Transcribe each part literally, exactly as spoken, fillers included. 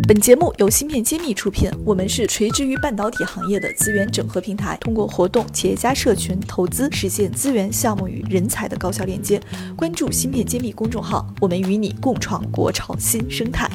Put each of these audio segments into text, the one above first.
本节目由芯片揭秘出品，我们是垂直于半导体行业的资源整合平台，通过活动、企业家社群、投资，实现资源、项目与人才的高效链接。关注芯片揭秘公众号，我们与你共创国潮新生态。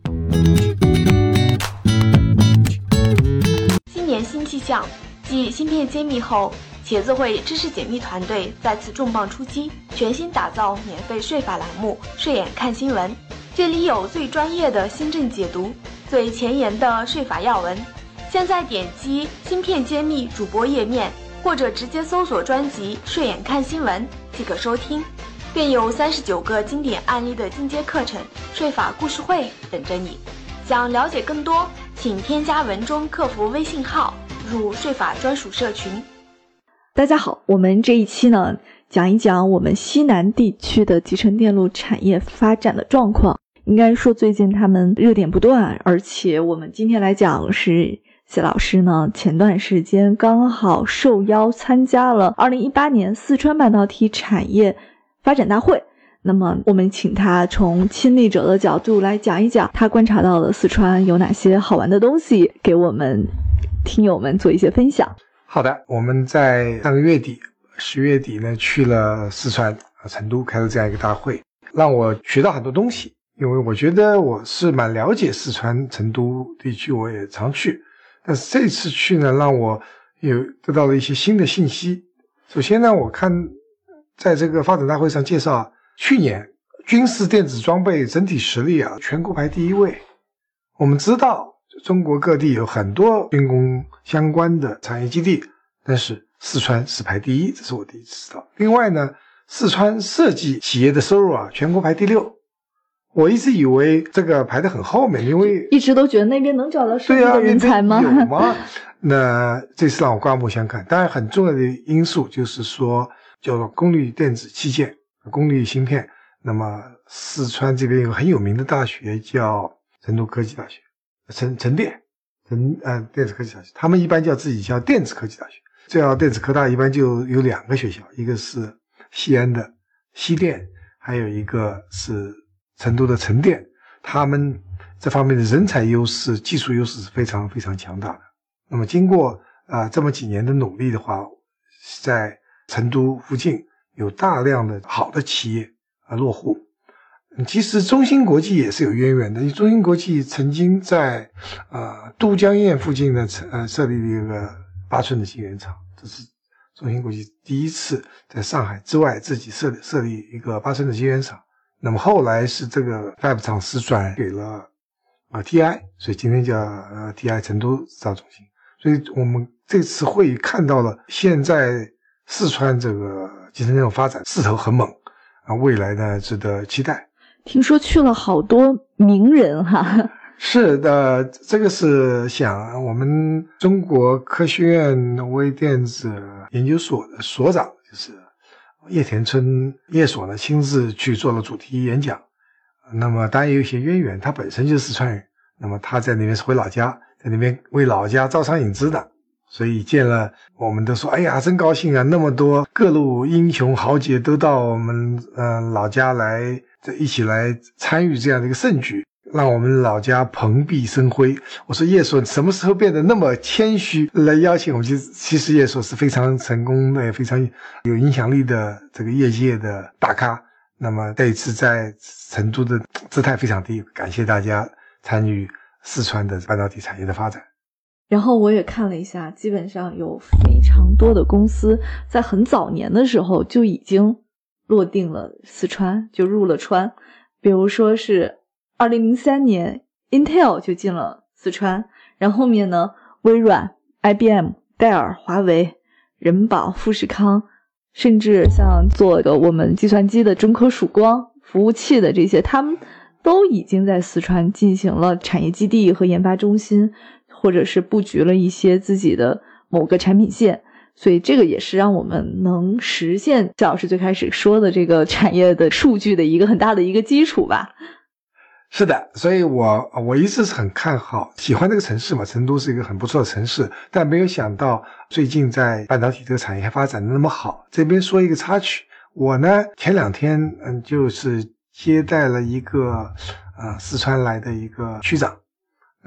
新年新气象，继芯片揭秘后，茄子会知识解密团队再次重磅出击，全新打造免费税法栏目“税眼看新闻”。这里有最专业的新政解读，最前沿的税法要闻。现在点击芯片揭秘主播页面，或者直接搜索专辑“税眼看新闻”即可收听，更有三十九个经典案例的进阶课程税法故事会等着你。想了解更多，请添加文中客服微信号入税法专属社群。 大家好，我们这一期呢，讲一讲我们西南地区的集成电路产业发展的状况。应该说最近他们热点不断，而且我们今天来讲是谢老师呢，前段时间刚好受邀参加了二零一八年四川半导体产业发展大会。那么我们请他从亲历者的角度来讲一讲他观察到的四川有哪些好玩的东西，给我们听友们做一些分享。 好的，我们在上个月底十月底呢去了四川成都，开了这样一个大会，让我学到很多东西。因为我觉得我是蛮了解四川成都地区，我也常去，但是这次去呢，让我有得到了一些新的信息。首先呢，我看在这个发展大会上介绍，去年军事电子装备整体实力啊，全国排第一位。我们知道中国各地有很多军工相关的产业基地，但是四川是排第一，这是我第一次知道。另外呢，四川设计企业的收入啊，全国排第六。我一直以为这个排得很后面，因为一直都觉得那边能找到设计的人才吗？ 对啊，有吗？那这次让我刮目相看。当然很重要的因素就是说叫做功率电子器件、功率芯片。那么四川这边有个很有名的大学叫成都科技大学，成成电成呃电子科技大学，他们一般叫自己叫电子科技大学。这叫电子科大一般就有两个学校，一个是西安的西电，还有一个是成都的成电，他们这方面的人才优势、技术优势是非常非常强大的。那么经过啊、呃、这么几年的努力的话，在成都附近有大量的好的企业啊、呃、落户。其实中芯国际也是有渊源的，因为中芯国际曾经在呃都江堰附近呢呃设立了一个八寸的晶圆厂，这是中芯国际第一次在上海之外自己设立设立一个八寸的晶圆厂。那么后来是这个 Fab 厂是转给了啊、呃、T I， 所以今天叫呃 T I 成都制造中心。所以我们这次会议看到了现在四川这个集成电路发展势头很猛啊，未来呢值得期待。 听说去了好多名人哈。 是的，这个是想我们中国科学院微电子研究所的所长就是叶田春叶所呢亲自去做了主题演讲。那么当然也有一些渊源，他本身就是四川人，那么他在那边是回老家，在那边为老家招商引资的，所以见了我们都说哎呀真高兴啊，那么多各路英雄豪杰都到我们呃老家来一起来参与这样的一个盛举，让我们老家蓬荜生辉。我说叶所什么时候变得那么谦虚来邀请我们？其实叶所是非常成功的，非常有影响力的这个业界的大咖。那么这一次在成都的姿态非常低，感谢大家参与四川的半导体产业的发展。 然后我也看了一下，基本上有非常多的公司在很早年的时候就已经落定了四川，就入了川。比如说是二零零三年 Intel 就进了四川，然后后面呢微软、I B M、戴尔、华为、人保、富士康，甚至像做个我们计算机的中科曙光服务器的这些，他们都已经在四川进行了产业基地和研发中心，或者是布局了一些自己的某个产品线。所以这个也是让我们能实现谢老师最开始说的这个产业的数据的一个很大的一个基础吧。 是的，所以我我一直是很看好，喜欢这个城市嘛，成都是一个很不错的城市，但没有想到最近在半导体这个产业发展的那么好。这边说一个插曲，我呢前两天嗯就是接待了一个呃四川来的一个区长，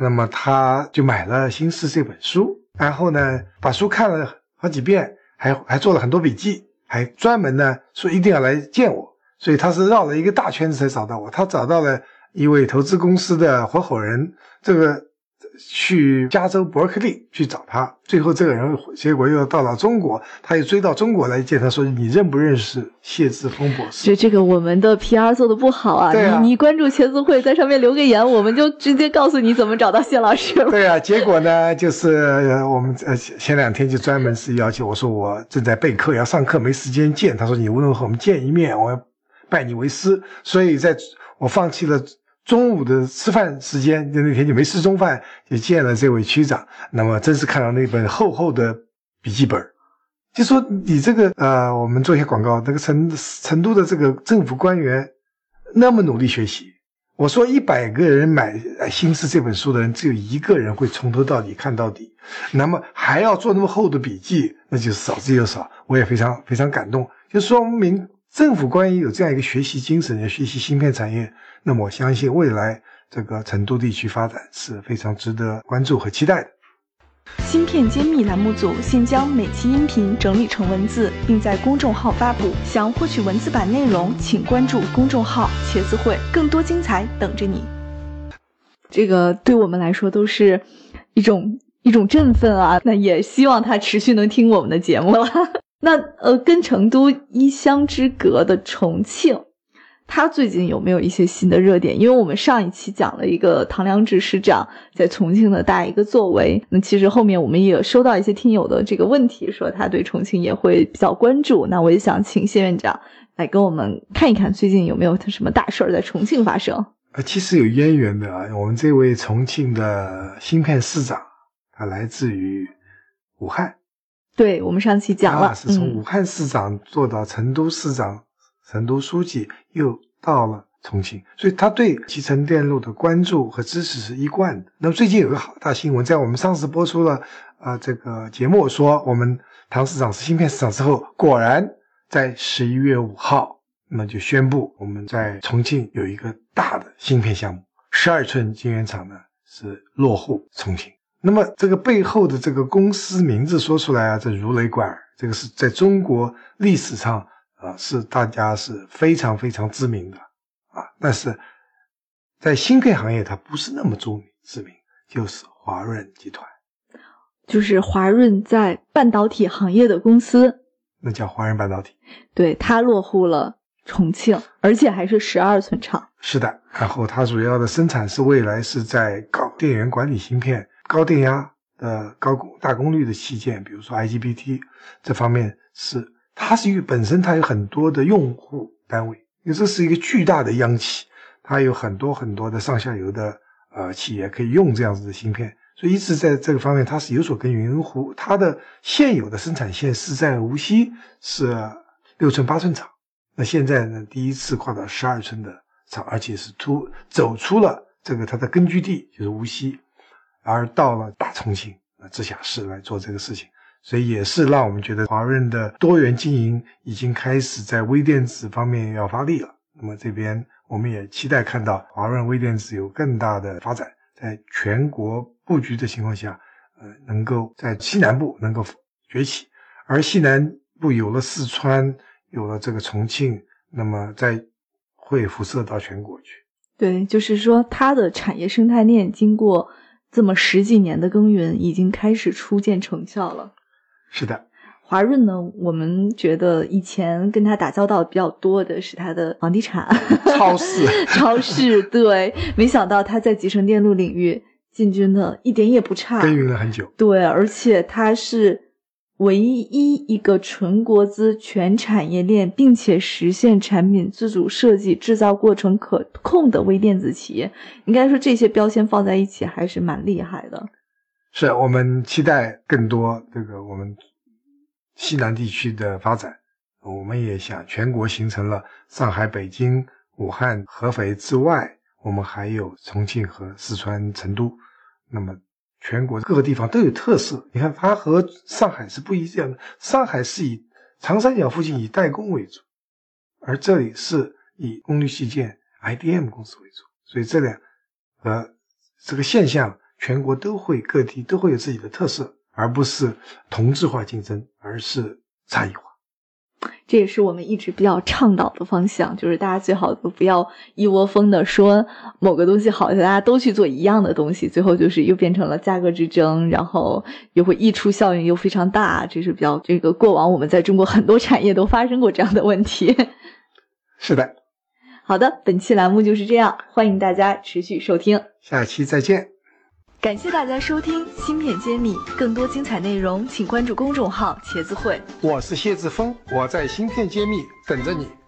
那么他就买了《新式》这本书，然后呢把书看了好几遍，还还做了很多笔记，还专门呢说一定要来见我，所以他是绕了一个大圈子才找到我。他找到了一位投资公司的合伙人，这个去加州伯克利去找他，最后这个人结果又到了中国，他又追到中国来见他，说你认不认识谢志峰博士？ 就这个我们的 P R 做的不好啊！ 对啊， 你你关注茄子会，在上面留个言，我们就直接告诉你怎么找到谢老师了。 对啊，结果呢，就是呃我们呃前两天就专门是要求我说我正在备课要上课没时间见，他说你无论和我们见一面，我要拜你为师，所以在我放弃了中午的吃饭时间，就那天就没吃中饭，就见了这位区长。那么真是看到那本厚厚的笔记本，就说你这个呃，我们做一些广告，那个成成都的这个政府官员那么努力学习，我说一百个人买《新式》这本书的人，只有一个人会从头到底看到底，那么还要做那么厚的笔记，那就是少之又少。我也非常非常感动，就说明政府官员有这样一个学习精神，要学习芯片产业。那么我相信未来这个成都地区发展是非常值得关注和期待的。 芯片揭秘栏目组现将每期音频整理成文字，并在公众号发布。想获取文字版内容，请关注公众号茄子会，更多精彩等着你。 这个对我们来说都是一种一种振奋啊！那也希望他持续能听我们的节目了。那呃，跟成都一乡之隔的重庆，他最近有没有一些新的热点？因为我们上一期讲了一个唐良智市长在重庆的大一个作为，那其实后面我们也收到一些听友的这个问题，说他对重庆也会比较关注。那我也想请谢院长来跟我们看一看最近有没有什么大事儿在重庆发生。 呃，其实有渊源的啊，我们这位重庆的芯片市长，他来自于武汉。 对，我们上期讲了， 啊、是从武汉市长做到成都市长、嗯、成都书记，又到了重庆，所以他对集成电路的关注和支持是一贯的。那么最近有个好大新闻，在我们上次播出了啊、呃、这个节目说我们唐市长是芯片市长之后，果然在十一月五号，那么就宣布我们在重庆有一个大的芯片项目，十二寸晶圆厂呢是落户重庆。那么这个背后的这个公司名字说出来啊，这如雷贯耳，这个是在中国历史上啊、呃、是大家是非常非常知名的啊，但是在芯片行业它不是那么著名知名，就是华润集团， 就是华润在半导体行业的公司， 那叫华润半导体。 对，它落户了重庆，而且还是十二寸厂。 是的，然后它主要的生产是未来是在高电源管理芯片、高电压的高大功率的器件，比如说 I G B T 这方面是，它是本身它有很多的用户单位，因为这是一个巨大的央企，它有很多很多的上下游的呃企业可以用这样子的芯片，所以一直在这个方面它是有所耕耘。它的现有的生产线是在无锡是六寸八寸厂，那现在呢第一次跨到十二寸的厂，而且是突走出了这个它的根据地就是无锡，而到了大重庆直辖市来做这个事情，所以也是让我们觉得华润的多元经营已经开始在微电子方面要发力了。那么这边我们也期待看到华润微电子有更大的发展，在全国布局的情况下，呃，能够在西南部能够崛起，而西南部有了四川，有了这个重庆，那么在会辐射到全国去。 对，就是说它的产业生态链经过这么十几年的耕耘，已经开始初见成效了。 是的。 华润呢，我们觉得以前跟他打交道比较多的是他的房地产、 超市、 超市，对，没想到他在集成电路领域进军的一点也不差， 耕耘了很久。 对，而且他是唯一一个纯国资全产业链，并且实现产品自主设计、制造过程可控的微电子企业。应该说这些标签放在一起还是蛮厉害的。 是，我们期待更多这个我们西南地区的发展，我们也想全国形成了上海、北京、武汉、合肥之外，我们还有重庆和四川成都，那么全国各个地方都有特色。你看它和上海是不一样的，上海是以长三角附近以代工为主，而这里是以功率器件 I D M 公司为主，所以这两呃这个现象全国都会各地都会有自己的特色，而不是同质化竞争，而是差异化。 这也是我们一直比较倡导的方向，就是大家最好都不要一窝蜂的说某个东西好，大家都去做一样的东西，最后就是又变成了价格之争，然后又会溢出效应又非常大，这是比较这个过往我们在中国很多产业都发生过这样的问题。 是的。 好的，本期栏目就是这样，欢迎大家持续收听， 下期再见。 感谢大家收听芯片揭秘，更多精彩内容请关注公众号茄子会。 我是谢志峰，我在芯片揭秘等着你。